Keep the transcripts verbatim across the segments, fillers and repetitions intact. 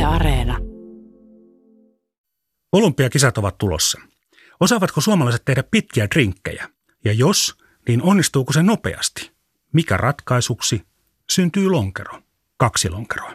Areena. Olympiakisat ovat tulossa. Osaavatko suomalaiset tehdä pitkiä drinkkejä? Ja jos, niin onnistuuko se nopeasti? Mikä ratkaisuksi syntyy lonkero? Kaksi lonkeroa.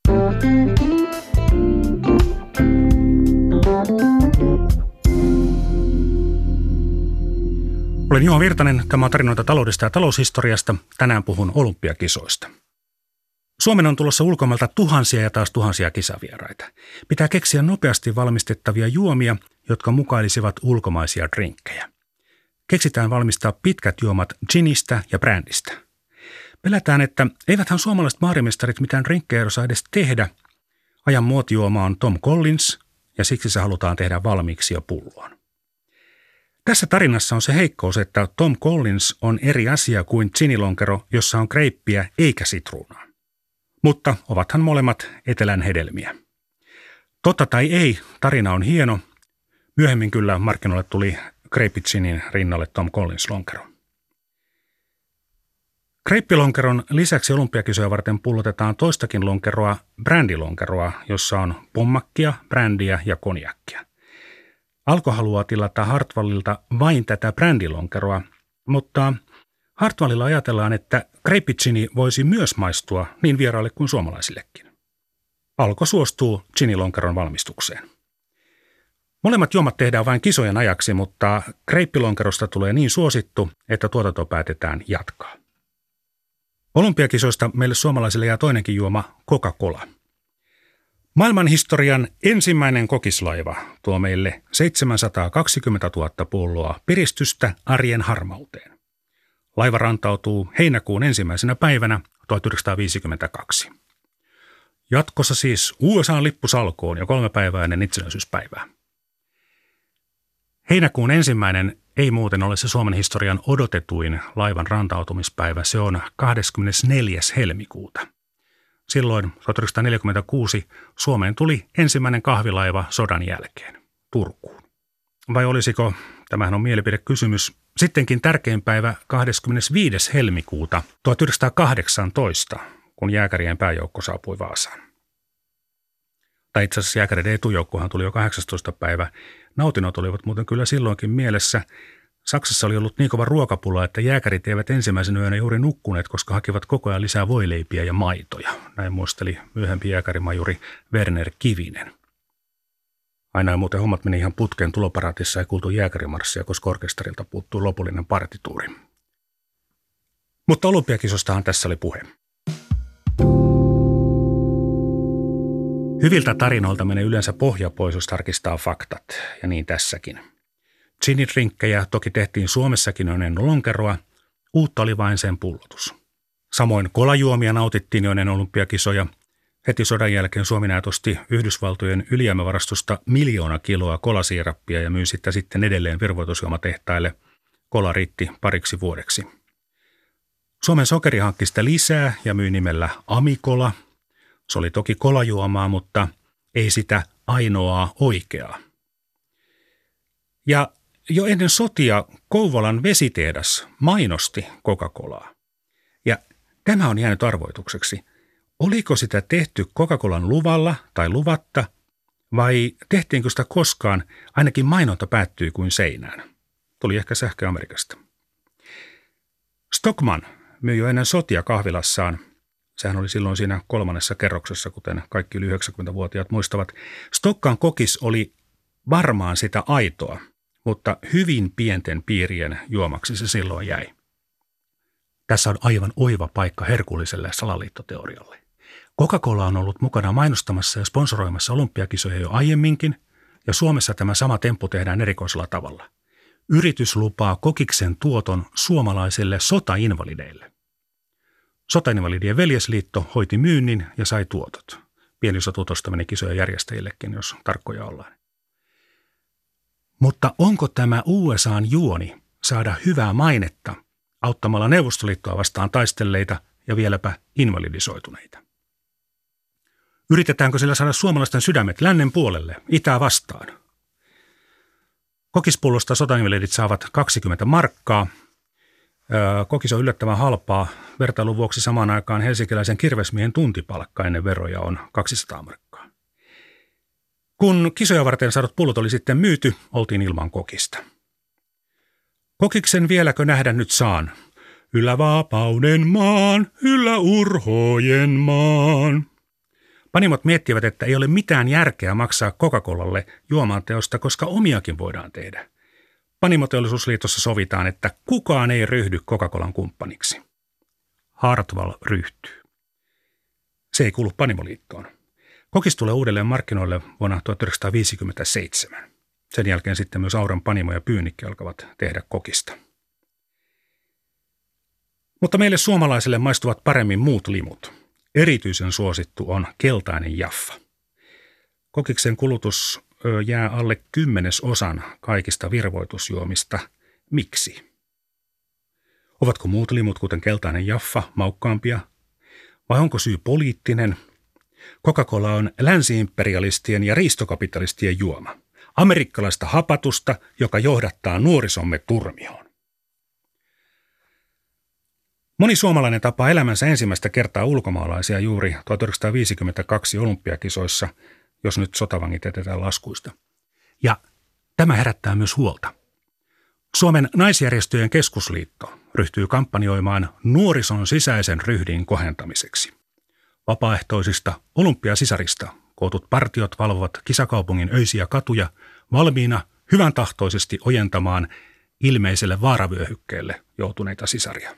Olen Juha Virtanen, tämä on tarinoita taloudesta ja taloushistoriasta. Tänään puhun olympiakisoista. Suomen on tulossa ulkomailta tuhansia ja taas tuhansia kisavieraita. Pitää keksiä nopeasti valmistettavia juomia, jotka mukailisivat ulkomaisia drinkkejä. Keksitään valmistaa pitkät juomat ginistä ja brändistä. Pelätään, että eiväthän suomalaiset baarimestarit mitään drinkkejä osaa edes tehdä. Ajan muotijuoma on Tom Collins ja siksi se halutaan tehdä valmiiksi jo pulloon. Tässä tarinassa on se heikkous, että Tom Collins on eri asia kuin ginilonkero, jossa on kreippiä eikä sitruunaa. Mutta ovathan molemmat etelän hedelmiä. Totta tai ei, tarina on hieno. Myöhemmin kyllä markkinoille tuli kreippiginin rinnalle Tom Collins lonkero. Kreippilonkeron lisäksi olympiakisoja varten pullotetaan toistakin lonkeroa, brändilonkeroa, jossa on pommakkia, brändiä ja konjakkia. Alko haluaa tilata Hartwallilta vain tätä brändilonkeroa, mutta Hartwallilla ajatellaan, että kreippigini voisi myös maistua niin vieraille kuin suomalaisillekin. Alko suostuu ginilonkeron valmistukseen. Molemmat juomat tehdään vain kisojen ajaksi, mutta kreippilonkerosta tulee niin suosittu, että tuotanto päätetään jatkaa. Olympiakisoista meille suomalaisille jää toinenkin juoma, Coca-Cola. Maailmanhistorian ensimmäinen kokislaiva tuo meille seitsemänsataakaksikymmentätuhatta pulloa piristystä arjen harmauteen. Laiva rantautuu heinäkuun ensimmäisenä päivänä tuhatyhdeksänsataaviisikymmentäkaksi. Jatkossa siis U S A:n lippu salkoon ja kolme päivää ennen itsenäisyyspäivää. Heinäkuun ensimmäinen ei muuten ole se Suomen historian odotetuin laivan rantautumispäivä. Se on kahdeskymmenesneljäs helmikuuta. Silloin tuhatyhdeksänsataaneljäkymmentäkuusi Suomeen tuli ensimmäinen kahvilaiva sodan jälkeen, Turkuun. Vai olisiko, tämähän on mielipidekysymys, sittenkin tärkein päivä kahdeskymmenesviides helmikuuta tuhatyhdeksänsataakahdeksantoista, kun jääkärien pääjoukko saapui Vaasaan. Tai itse asiassa jääkäreiden etujoukkohan tuli jo kahdeksastoista päivä. Nautinnot olivat muuten kyllä silloinkin mielessä. Saksassa oli ollut niin kova ruokapula, että jääkärit eivät ensimmäisen yönä juuri nukkuneet, koska hakivat koko ajan lisää voileipiä ja maitoja. Näin muisteli myöhempi jääkärimajuri Werner Kivinen. Aina muuten hommat meni ihan putkeen, tuloparaatissa ei kuultu jääkärimarssia, koska orkesterilta puuttuu lopullinen partituuri. Mutta olympiakisostahan tässä oli puhe. Hyviltä tarinoilta menee yleensä pohja pois, jos tarkistaa faktat, ja niin tässäkin. Ginidrinkkejä toki tehtiin Suomessakin jo ennen lonkeroa, uutta oli vain sen pullotus. Samoin kolajuomia nautittiin jo ennen olympiakisoja. Heti sodan jälkeen Suomi näytösti Yhdysvaltojen ylijäämävarastosta miljoona kiloa kolasiirappia ja myi sitä sitten edelleen virvoitusjuomatehtaille. Kola riitti pariksi vuodeksi. Suomen sokeri hankki sitä lisää ja myi nimellä Amikola. Se oli toki kolajuomaa, mutta ei sitä ainoaa oikeaa. Ja jo ennen sotia Kouvolan vesitehdas mainosti Coca-Colaa. Ja tämä on jäänyt arvoitukseksi. Oliko sitä tehty Coca-Colan luvalla tai luvatta, vai tehtiinkö sitä koskaan, ainakin mainonta päättyi kuin seinään. Tuli ehkä sähkö Amerikasta. Stockmann myi jo ennen sotia kahvilassaan. Sehän oli silloin siinä kolmannessa kerroksessa, kuten kaikki yli yhdeksänkymmentävuotiaat muistavat. Stockan kokis oli varmaan sitä aitoa, mutta hyvin pienten piirien juomaksi se silloin jäi. Tässä on aivan oiva paikka herkulliselle salaliittoteorialle. Coca-Cola on ollut mukana mainostamassa ja sponsoroimassa olympiakisoja jo aiemminkin, ja Suomessa tämä sama temppu tehdään erikoisella tavalla. Yritys lupaa kokiksen tuoton suomalaisille sotainvalideille. Sotainvalidien veljesliitto hoiti myynnin ja sai tuotot. Pieni osa tuotosta meni kisojen järjestäjillekin, jos tarkkoja ollaan. Mutta onko tämä U S A:n juoni saada hyvää mainetta auttamalla Neuvostoliittoa vastaan taistelleita ja vieläpä invalidisoituneita? Yritetäänkö sillä saada suomalaisten sydämet lännen puolelle, itää vastaan? Kokispullosta sotainvalidit saavat kaksikymmentä markkaa. Kokis on yllättävän halpaa. Vertailun vuoksi samaan aikaan helsinkiläisen kirvesmiehen tuntipalkka ennen veroja on kaksisataa markkaa. Kun kisoja varten saadut pullot oli sitten myyty, oltiin ilman kokista. Kokiksen vieläkö nähdä nyt saan? Yllä vapauden maan, yllä urhojen maan. Panimot miettivät, että ei ole mitään järkeä maksaa Coca-Colalle juomaanteosta, koska omiakin voidaan tehdä. Panimoteollisuusliitossa sovitaan, että kukaan ei ryhdy Coca-Colan kumppaniksi. Hartwall ryhtyy. Se ei kuulu Panimoliittoon. Kokis tulee uudelleen markkinoille vuonna tuhatyhdeksänsataaviisikymmentäseitsemän. Sen jälkeen sitten myös Auran Panimo ja Pyynikki alkavat tehdä kokista. Mutta meille suomalaisille maistuvat paremmin muut limut. Erityisen suosittu on keltainen jaffa. Kokiksen kulutus jää alle kymmenesosan kaikista virvoitusjuomista. Miksi? Ovatko muut limut, kuten keltainen jaffa, maukkaampia? Vai onko syy poliittinen? Coca-Cola on länsi-imperialistien ja riistokapitalistien juoma. Amerikkalaista hapatusta, joka johdattaa nuorisomme turmioon. Moni suomalainen tapaa elämänsä ensimmäistä kertaa ulkomaalaisia juuri tuhatyhdeksänsataaviisikymmentäkaksi olympiakisoissa, jos nyt sotavangit jätetään laskuista. Ja tämä herättää myös huolta. Suomen naisjärjestöjen keskusliitto ryhtyy kampanjoimaan nuorison sisäisen ryhdin kohentamiseksi. Vapaaehtoisista olympiasisarista kootut partiot valvovat kisakaupungin öisiä katuja valmiina hyvän tahtoisesti ojentamaan ilmeiselle vaaravyöhykkeelle joutuneita sisaria.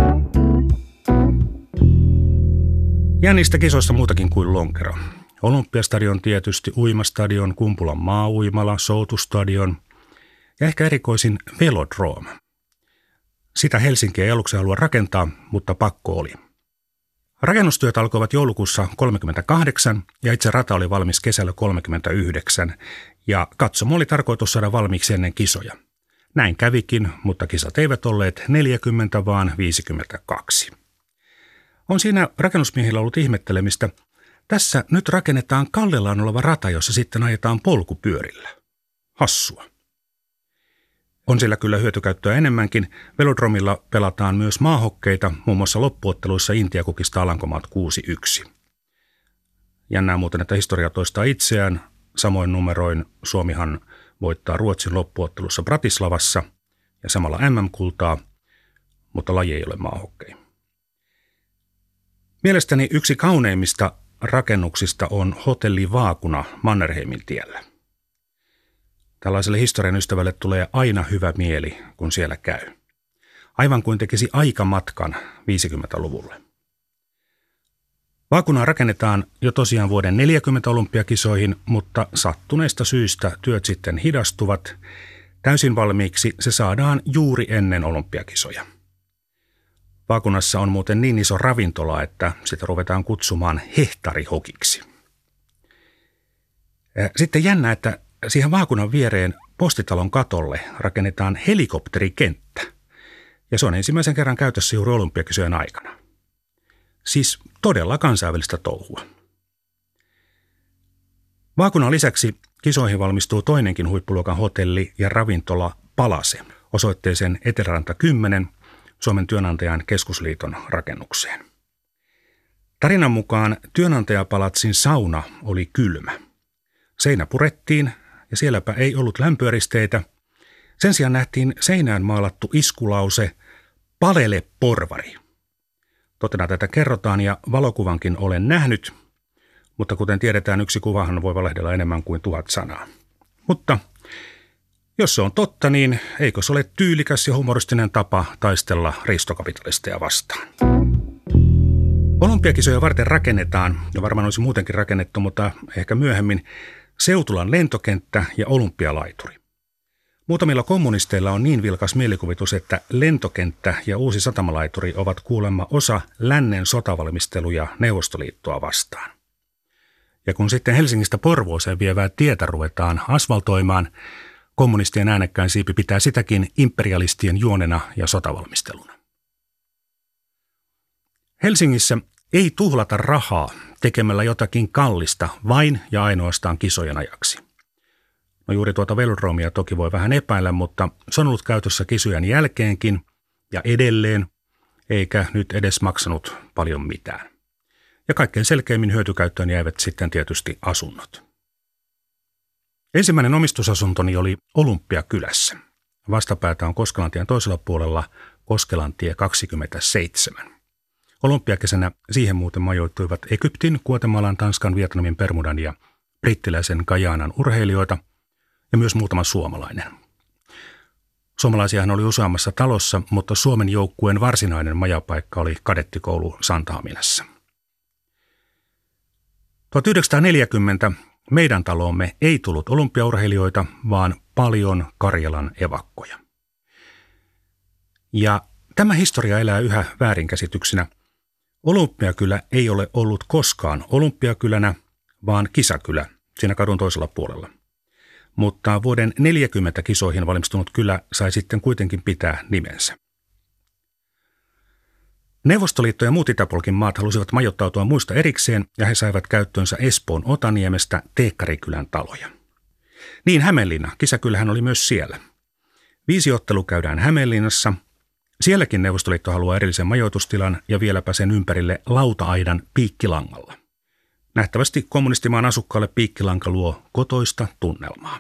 Jää niistä kisoista muutakin kuin lonkero. Olympiastadion tietysti, uimastadion, Kumpulan maa-uimala, soutustadion ja ehkä erikoisin Velodrome. Sitä Helsinki ei aluksi halua rakentaa, mutta pakko oli. Rakennustyöt alkoivat joulukuussa kolmekymmentäkahdeksan ja itse rata oli valmis kesällä kolmekymmentäyhdeksän ja katsomo oli tarkoitus saada valmiiksi ennen kisoja. Näin kävikin, mutta kisat eivät olleet neljäkymmentä vaan viisikymmentäkaksi. On siinä rakennusmiehillä ollut ihmettelemistä. Tässä nyt rakennetaan kallellaan oleva rata, jossa sitten ajetaan polkupyörillä. Hassua. On sillä kyllä hyötykäyttöä enemmänkin. Velodromilla pelataan myös maahokkeita, muun muassa loppuotteluissa Intia kukista Alankomaat kuusi yksi. Jännää muuten, että historia toistaa itseään. Samoin numeroin Suomihan voittaa Ruotsin loppuottelussa Bratislavassa ja samalla M M-kultaa, mutta laji ei ole maahokkei. Mielestäni yksi kauneimmista rakennuksista on hotelli Vaakuna Mannerheimin tiellä. Tällaiselle historian ystävälle tulee aina hyvä mieli, kun siellä käy. Aivan kuin tekisi aikamatkan viisikymmentäluvulle. Vaakunaa rakennetaan jo tosiaan vuoden neljäkymmentä olympiakisoihin, mutta sattuneista syistä työt sitten hidastuvat. Täysin valmiiksi se saadaan juuri ennen olympiakisoja. Vaakunassa on muuten niin iso ravintola, että sitä ruvetaan kutsumaan hehtarihokiksi. Sitten jännä, että siihen Vaakunan viereen postitalon katolle rakennetaan helikopterikenttä. Ja se on ensimmäisen kerran käytössä juuri olympiakisojen aikana. Siis todella kansainvälistä touhua. Vaakunan lisäksi kisoihin valmistuu toinenkin huippuluokan hotelli ja ravintola Palase osoitteeseen Eteläranta kymmenen Suomen työnantajan keskusliiton rakennukseen. Tarinan mukaan työnantajapalatsin sauna oli kylmä. Seinä purettiin ja sielläpä ei ollut lämpöeristeitä. Sen sijaan nähtiin seinään maalattu iskulause "Palele porvari". Totena tätä kerrotaan ja valokuvankin olen nähnyt, mutta kuten tiedetään, yksi kuvahan voi valehdella enemmän kuin tuhat sanaa. Mutta jos se on totta, niin eikö se ole tyylikäs ja humoristinen tapa taistella riistokapitalisteja vastaan? Olympiakisoja varten rakennetaan, ja varmaan olisi muutenkin rakennettu, mutta ehkä myöhemmin, Seutulan lentokenttä ja olympialaituri. Muutamilla kommunisteilla on niin vilkas mielikuvitus, että lentokenttä ja uusi satamalaituri ovat kuulemma osa lännen sotavalmisteluja Neuvostoliittoa vastaan. Ja kun sitten Helsingistä Porvooseen vievää tietä ruvetaan asfaltoimaan, kommunistien äänekkäin siipi pitää sitäkin imperialistien juonena ja sotavalmisteluna. Helsingissä ei tuhlata rahaa tekemällä jotakin kallista vain ja ainoastaan kisojen ajaksi. No juuri tuota Velodromea toki voi vähän epäillä, mutta se on ollut käytössä kisojen jälkeenkin ja edelleen, eikä nyt edes maksanut paljon mitään. Ja kaikkein selkeimmin hyötykäyttöön jäivät sitten tietysti asunnot. Ensimmäinen omistusasuntoni oli Olympiakylässä. Vastapäätä on Koskelantien toisella puolella Koskelantie kaksikymmentäseitsemän. Olympiakesänä siihen muuten majoittuivat Egyptin, Guatemalan, Tanskan, Vietnamin, Bermudan ja brittiläisen Gajanan urheilijoita ja myös muutama suomalainen. Suomalaisiahan oli useammassa talossa, mutta Suomen joukkueen varsinainen majapaikka oli kadettikoulu Santahaminassa. tuhatyhdeksänsataaneljäkymmentä meidän taloomme ei tullut olympiaurheilijoita, vaan paljon Karjalan evakkoja. Ja tämä historia elää yhä väärinkäsityksinä. Olympiakylä ei ole ollut koskaan Olympiakylänä, vaan kisakylä siinä kadun toisella puolella. Mutta vuoden neljäkymmentä kisoihin valmistunut kylä sai sitten kuitenkin pitää nimensä. Neuvostoliitto ja muut Itäpolkin maat halusivat majoittautua muista erikseen ja he saivat käyttöönsä Espoon Otaniemestä Teekkarikylän taloja. Niin Hämeenlinna, kisakylähän oli myös siellä. Viisi ottelu käydään Hämeenlinnassa. Sielläkin Neuvostoliitto haluaa erillisen majoitustilan ja vieläpä sen ympärille lauta-aidan piikkilangalla. Nähtävästi kommunistimaan asukkaalle piikkilanka luo kotoista tunnelmaa.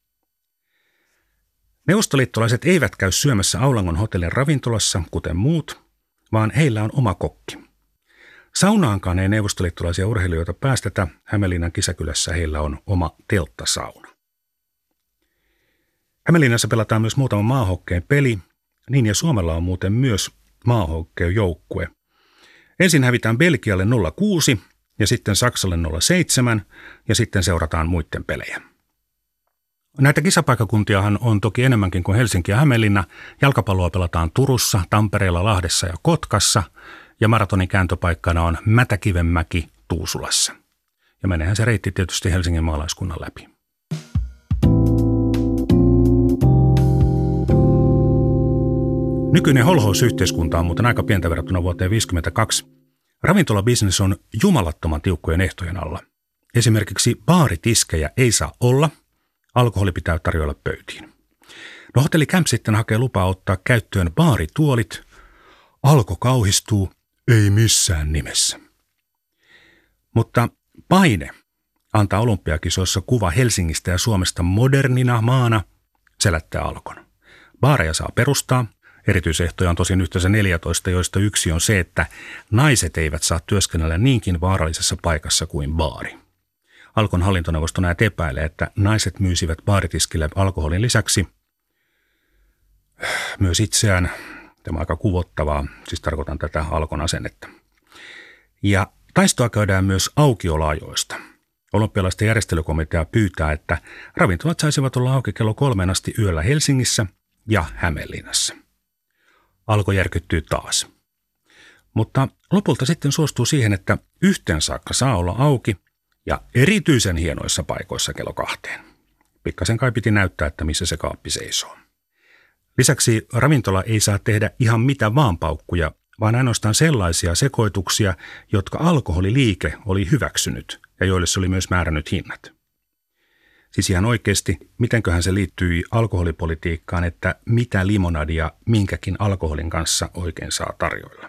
Neuvostoliittolaiset eivät käy syömässä Aulangon hotellin ravintolassa, kuten muut, vaan heillä on oma kokki. Saunaankaan ei neuvostoliittolaisia urheilijoita päästetä. Hämeenlinnan kisakylässä heillä on oma telttasauna. Hämeenlinnassa pelataan myös muutama maahokkeen peli. Niin ja Suomella on muuten myös maahokkeen-joukkue. Ensin hävitään Belgialle nolla kuusi ja sitten Saksalle nolla seitsemän ja sitten seurataan muiden pelejä. Näitä kisapaikkakuntiahan on toki enemmänkin kuin Helsinki ja Hämeenlinna. Jalkapalloa pelataan Turussa, Tampereella, Lahdessa ja Kotkassa ja maratonin kääntöpaikkana on Mätäkivenmäki Tuusulassa. Ja menehän se reitti tietysti Helsingin maalaiskunnan läpi. Nykyinen holhousyhteiskunta on muuten aika pientä verrattuna vuoteen viisikymmentäkaksi. Ravintolabisnes on jumalattoman tiukkojen ehtojen alla. Esimerkiksi baaritiskejä ei saa olla, alkoholi pitää tarjoilla pöytiin. No hotelli Camp sitten hakee lupaa ottaa käyttöön baarituolit. Alko kauhistuu, ei missään nimessä. Mutta paine antaa olympiakisoissa kuva Helsingistä ja Suomesta modernina maana, selättää Alkon. Baareja saa perustaa. Erityisehtoja on tosin yhteensä neljätoista, joista yksi on se, että naiset eivät saa työskennellä niinkin vaarallisessa paikassa kuin baari. Alkon hallintoneuvosto näet epäilee, että naiset myysivät baaritiskille alkoholin lisäksi myös itseään. Tämä on aika kuvottavaa, siis tarkoitan tätä Alkon asennetta. Ja taistoa käydään myös aukioloajoista. Olympialaisten järjestelykomitea pyytää, että ravintolat saisivat olla auki kello kolmeen asti yöllä Helsingissä ja Hämeenlinnassa. Alko järkyttyy taas. Mutta lopulta sitten suostuu siihen, että yhteen saakka saa olla auki ja erityisen hienoissa paikoissa kello kahteen. Pikkasen kai piti näyttää, että missä se kaappi seisoo. Lisäksi ravintola ei saa tehdä ihan mitä vaan paukkuja, vaan ainoastaan sellaisia sekoituksia, jotka alkoholiliike oli hyväksynyt ja joille se oli myös määrännyt hinnat. Siis ihan oikeasti, mitenköhän se liittyy alkoholipolitiikkaan, että mitä limonadia minkäkin alkoholin kanssa oikein saa tarjoilla.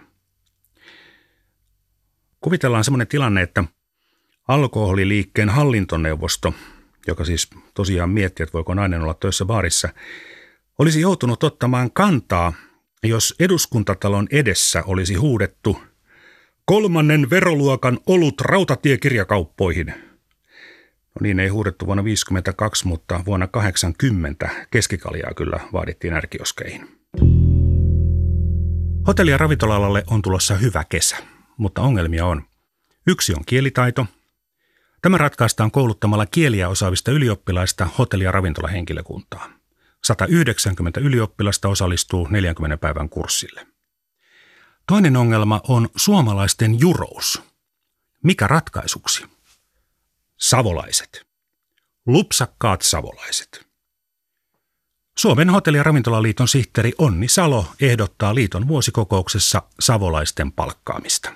Kuvitellaan semmoinen tilanne, että alkoholiliikkeen hallintoneuvosto, joka siis tosiaan miettii, että voiko nainen olla töissä baarissa, olisi joutunut ottamaan kantaa, jos Eduskuntatalon edessä olisi huudettu kolmannen veroluokan olut rautatiekirjakauppoihin. No niin ei huudettu vuonna viisikymmentäkaksi, mutta vuonna kahdeksankymmentä keskikaljaa kyllä vaadittiin ärkioskeihin. Hotelli- ja ravintola-alalle on tulossa hyvä kesä, mutta ongelmia on. Yksi on kielitaito. Tämä ratkaistaan kouluttamalla kieliä osaavista ylioppilaista hotelli- ja ravintolahenkilökuntaa. sata yhdeksänkymmentä ylioppilasta osallistuu neljänkymmenen päivän kurssille. Toinen ongelma on suomalaisten jurous. Mikä ratkaisuksi? Savolaiset. Lupsakkaat savolaiset. Suomen hotelli- ja ravintolaliiton sihteeri Onni Salo ehdottaa liiton vuosikokouksessa savolaisten palkkaamista.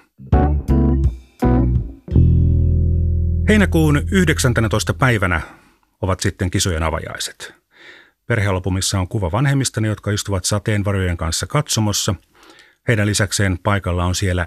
Heinäkuun yhdeksäntenätoista päivänä ovat sitten kisojen avajaiset. Perhealbumissa on kuva vanhemmistani, jotka istuvat sateenvarjojen kanssa katsomossa. Heidän lisäkseen paikalla on siellä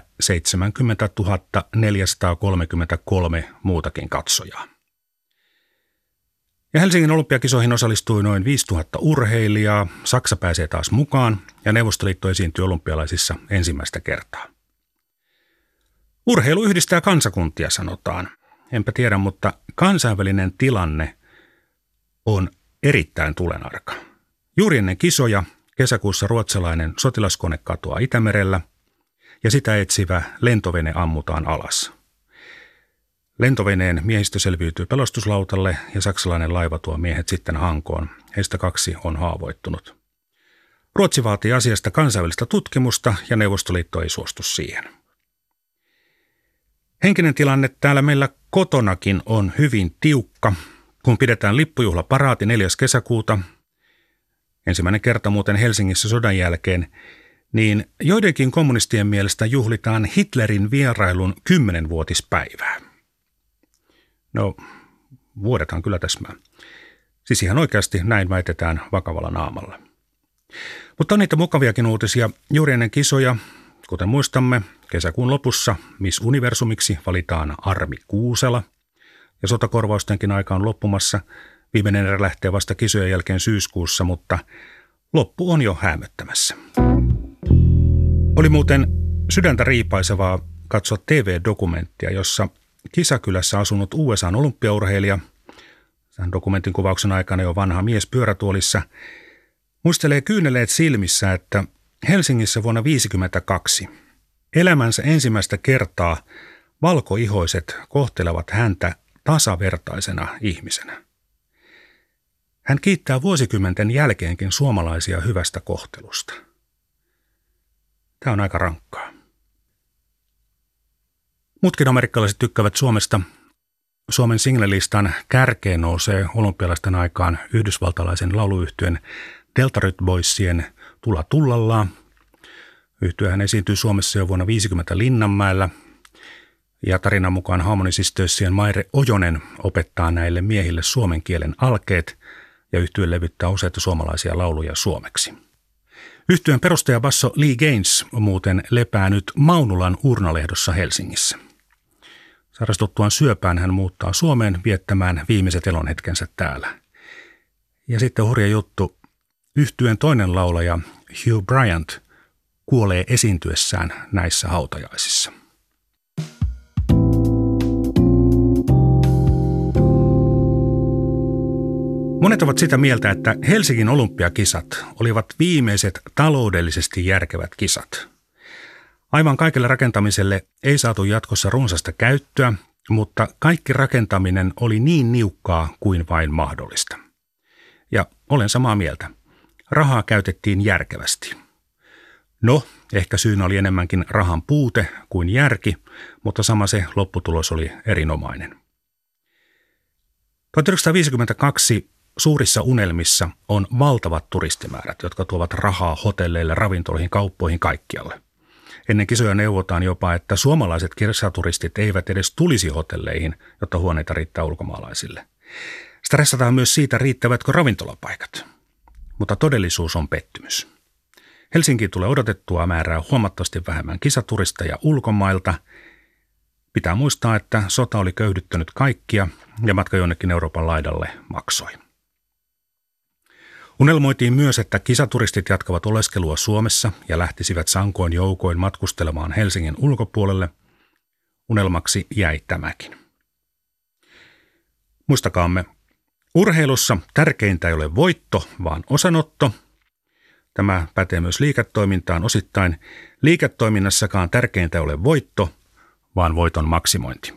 seitsemänkymmentätuhatta neljäsataakolmekymmentäkolme muutakin katsojaa. Ja Helsingin olympiakisoihin osallistui noin viisituhatta urheilijaa. Saksa pääsee taas mukaan ja Neuvostoliitto esiintyy olympialaisissa ensimmäistä kertaa. Urheilu yhdistää kansakuntia, sanotaan. Enpä tiedä, mutta kansainvälinen tilanne on erittäin tulenarka. Juuri ennen kisoja kesäkuussa ruotsalainen sotilaskone katoaa Itämerellä ja sitä etsivä lentovene ammutaan alas. Lentoveneen miehistö selviytyy pelastuslautalle ja saksalainen laiva tuo miehet sitten Hankoon. Heistä kaksi on haavoittunut. Ruotsi vaatii asiasta kansainvälistä tutkimusta ja Neuvostoliitto ei suostu siihen. Henkinen tilanne täällä meillä kotonakin on hyvin tiukka, kun pidetään lippujuhlaparaati neljäs kesäkuuta, ensimmäinen kerta muuten Helsingissä sodan jälkeen, niin joidenkin kommunistien mielestä juhlitaan Hitlerin vierailun kymmenvuotispäivää. No, vuodethan kyllä täsmää. Siis ihan oikeasti näin väitetään vakavalla naamalla. Mutta on niitä mukaviakin uutisia. Juuri ennen kisoja, kuten muistamme, kesäkuun lopussa Miss Universumiksi valitaan Armi Kuusela. Ja sotakorvaustenkin aika on loppumassa. Viimeinen erä lähtee vasta kisojen jälkeen syyskuussa, mutta loppu on jo häämöttämässä. Oli muuten sydäntä riipaisevaa katsoa T V-dokumenttia, jossa Kisakylässä asunut U S A:n olympiaurheilija, tämän dokumentin kuvauksen aikana jo vanha mies pyörätuolissa, muistelee kyyneleet silmissä, että Helsingissä vuonna tuhatyhdeksänsataaviisikymmentäkaksi elämänsä ensimmäistä kertaa valkoihoiset kohtelevat häntä tasavertaisena ihmisenä. Hän kiittää vuosikymmenten jälkeenkin suomalaisia hyvästä kohtelusta. Tämä on aika rankkaa. Muutkin amerikkalaiset tykkäävät Suomesta. Suomen singlelistan kärkeen nousee olympialaisten aikaan yhdysvaltalaisen lauluyhtyeen Delta Rhythm Boysien Tulla tullallaan. Yhtyehän esiintyy Suomessa jo vuonna viisikymmentä Linnanmäellä. Ja tarinan mukaan Harmony Sistersien Maire Ojonen opettaa näille miehille suomen kielen alkeet ja yhtye levyttää useita suomalaisia lauluja suomeksi. Yhtyeen perustaja basso Lee Gaines muuten lepää nyt Maunulan Urnalehdossa Helsingissä. Sairastuttuaan syöpään hän muuttaa Suomeen viettämään viimeiset elonhetkensä täällä. Ja sitten hurja juttu, yhtyeen toinen laulaja Hugh Bryant kuolee esiintyessään näissä hautajaisissa. Monet ovat sitä mieltä, että Helsingin olympiakisat olivat viimeiset taloudellisesti järkevät kisat. Aivan kaikelle rakentamiselle ei saatu jatkossa runsasta käyttöä, mutta kaikki rakentaminen oli niin niukkaa kuin vain mahdollista. Ja olen samaa mieltä. Rahaa käytettiin järkevästi. No, ehkä syynä oli enemmänkin rahan puute kuin järki, mutta sama se lopputulos oli erinomainen. tuhatyhdeksänsataaviisikymmentäkaksi suurissa unelmissa on valtavat turistimäärät, jotka tuovat rahaa hotelleille, ravintoloihin, kauppoihin, kaikkialle. Ennen kisoja neuvotaan jopa, että suomalaiset kisaturistit eivät edes tulisi hotelleihin, jotta huoneita riittää ulkomaalaisille. Stressataan myös siitä, riittävätkö ravintolapaikat. Mutta todellisuus on pettymys. Helsinkiin tulee odotettua määrää huomattavasti vähemmän kisaturisteja ulkomailta. Pitää muistaa, että sota oli köyhdyttänyt kaikkia ja matka jonnekin Euroopan laidalle maksoi. Unelmoitiin myös, että kisaturistit jatkavat oleskelua Suomessa ja lähtisivät sankoin joukoin matkustelemaan Helsingin ulkopuolelle. Unelmaksi jäi tämäkin. Muistakaamme, urheilussa tärkeintä ei ole voitto, vaan osanotto. Tämä pätee myös liiketoimintaan osittain. Liiketoiminnassakaan tärkeintä ei ole voitto, vaan voiton maksimointi.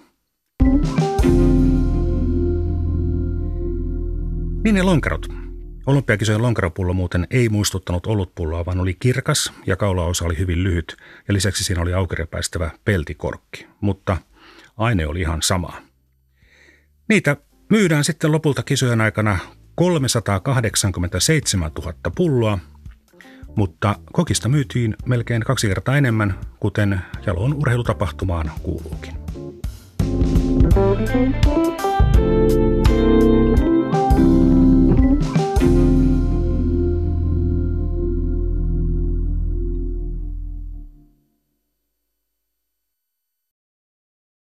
Niin ne lonkerot. Olympiakisojen lonkeropullo muuten ei muistuttanut olutpulloa, vaan oli kirkas ja kaulaosa oli hyvin lyhyt ja lisäksi siinä oli aukirepäistävä peltikorkki, mutta aine oli ihan sama. Niitä myydään sitten lopulta kisojen aikana kolmesataakahdeksankymmentäseitsemäntuhatta pulloa, mutta kokista myytiin melkein kaksi kertaa enemmän, kuten jaloon urheilutapahtumaan kuuluukin.